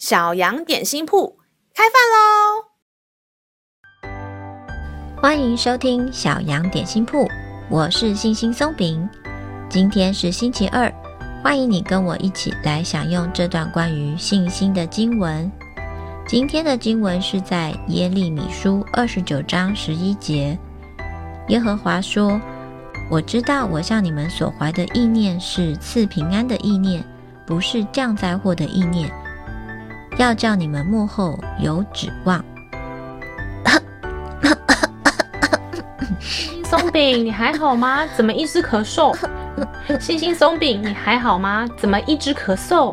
小羊点心铺开饭喽！ 欢迎收听小羊点心铺，我是星星松饼。今天是星期二，欢迎你跟我一起来享用这段关于信心的经文。今天的经文是在耶利米书29章11节。耶和华说，我知道我向你们所怀的意念是赐平安的意念，不是降灾祸的意念，要叫你们末后有指望。 星星松饼，你还好吗？怎么一直咳嗽？星星松饼，你还好吗？怎么一直咳嗽？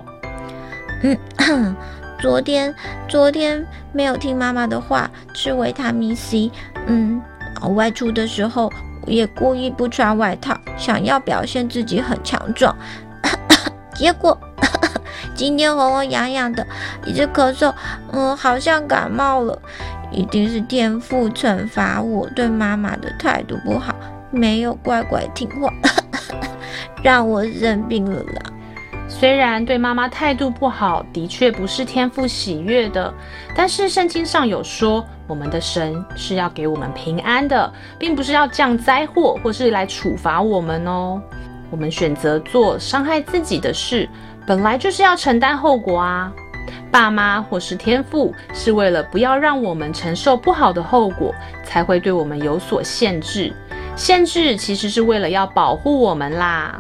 昨天没有听妈妈的话，吃维他命 C。外出的时候也故意不穿外套，想要表现自己很强壮。结果今天喉咙痒痒的，一直咳嗽，好像感冒了。一定是天父惩罚我对妈妈的态度不好，没有乖乖听话，让我生病了啦。 虽然对妈妈态度不好，的确不是天父喜悦的，但是圣经上有说，我们的神是要给我们平安的，并不是要降灾祸或是来处罚我们哦。我们选择做伤害自己的事，本来就是要承担后果啊。爸妈或是天父是为了不要让我们承受不好的后果，才会对我们有所限制。限制其实是为了要保护我们啦。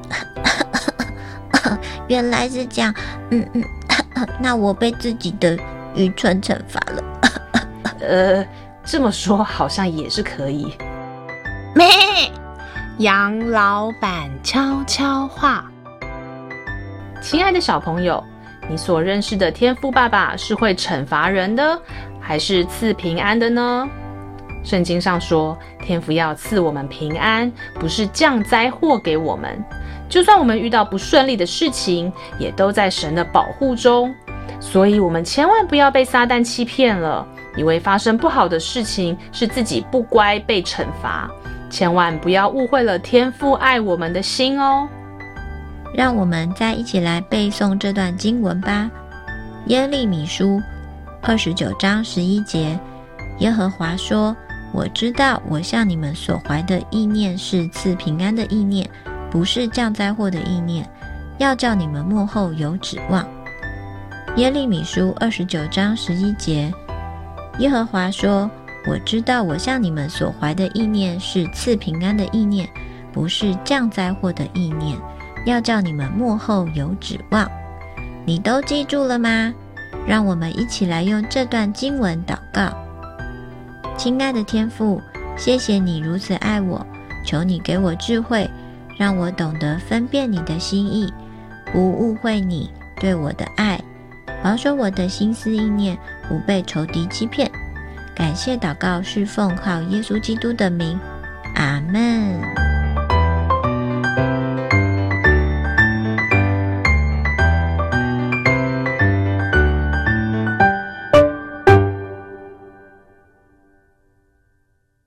原来是这样，那我被自己的愚蠢惩罚了。 这么说好像也是可以。 咩，杨老板悄悄话。 亲爱的小朋友，你所认识的天父爸爸是会惩罚人的，还是赐平安的呢？圣经上说，天父要赐我们平安，不是降灾祸给我们。就算我们遇到不顺利的事情，也都在神的保护中。所以我们千万不要被撒旦欺骗了，以为发生不好的事情是自己不乖被惩罚。千万不要误会了天父爱我们的心哦。 让我们再一起来背诵这段经文吧。耶利米书29章11节，耶和华说，我知道我向你们所怀的意念是赐平安的意念，不是降灾祸的意念，要叫你们末后有指望。耶利米书29章11节，耶和华说，我知道我向你们所怀的意念是赐平安的意念，不是降灾祸的意念，要叫你们末后有指望。你都记住了吗？让我们一起来用这段经文祷告。亲爱的天父，谢谢你如此爱我，求你给我智慧，让我懂得分辨你的心意，不误会你对我的爱，保守我的心思意念不被仇敌欺骗。感谢祷告是奉靠耶稣基督的名，阿们。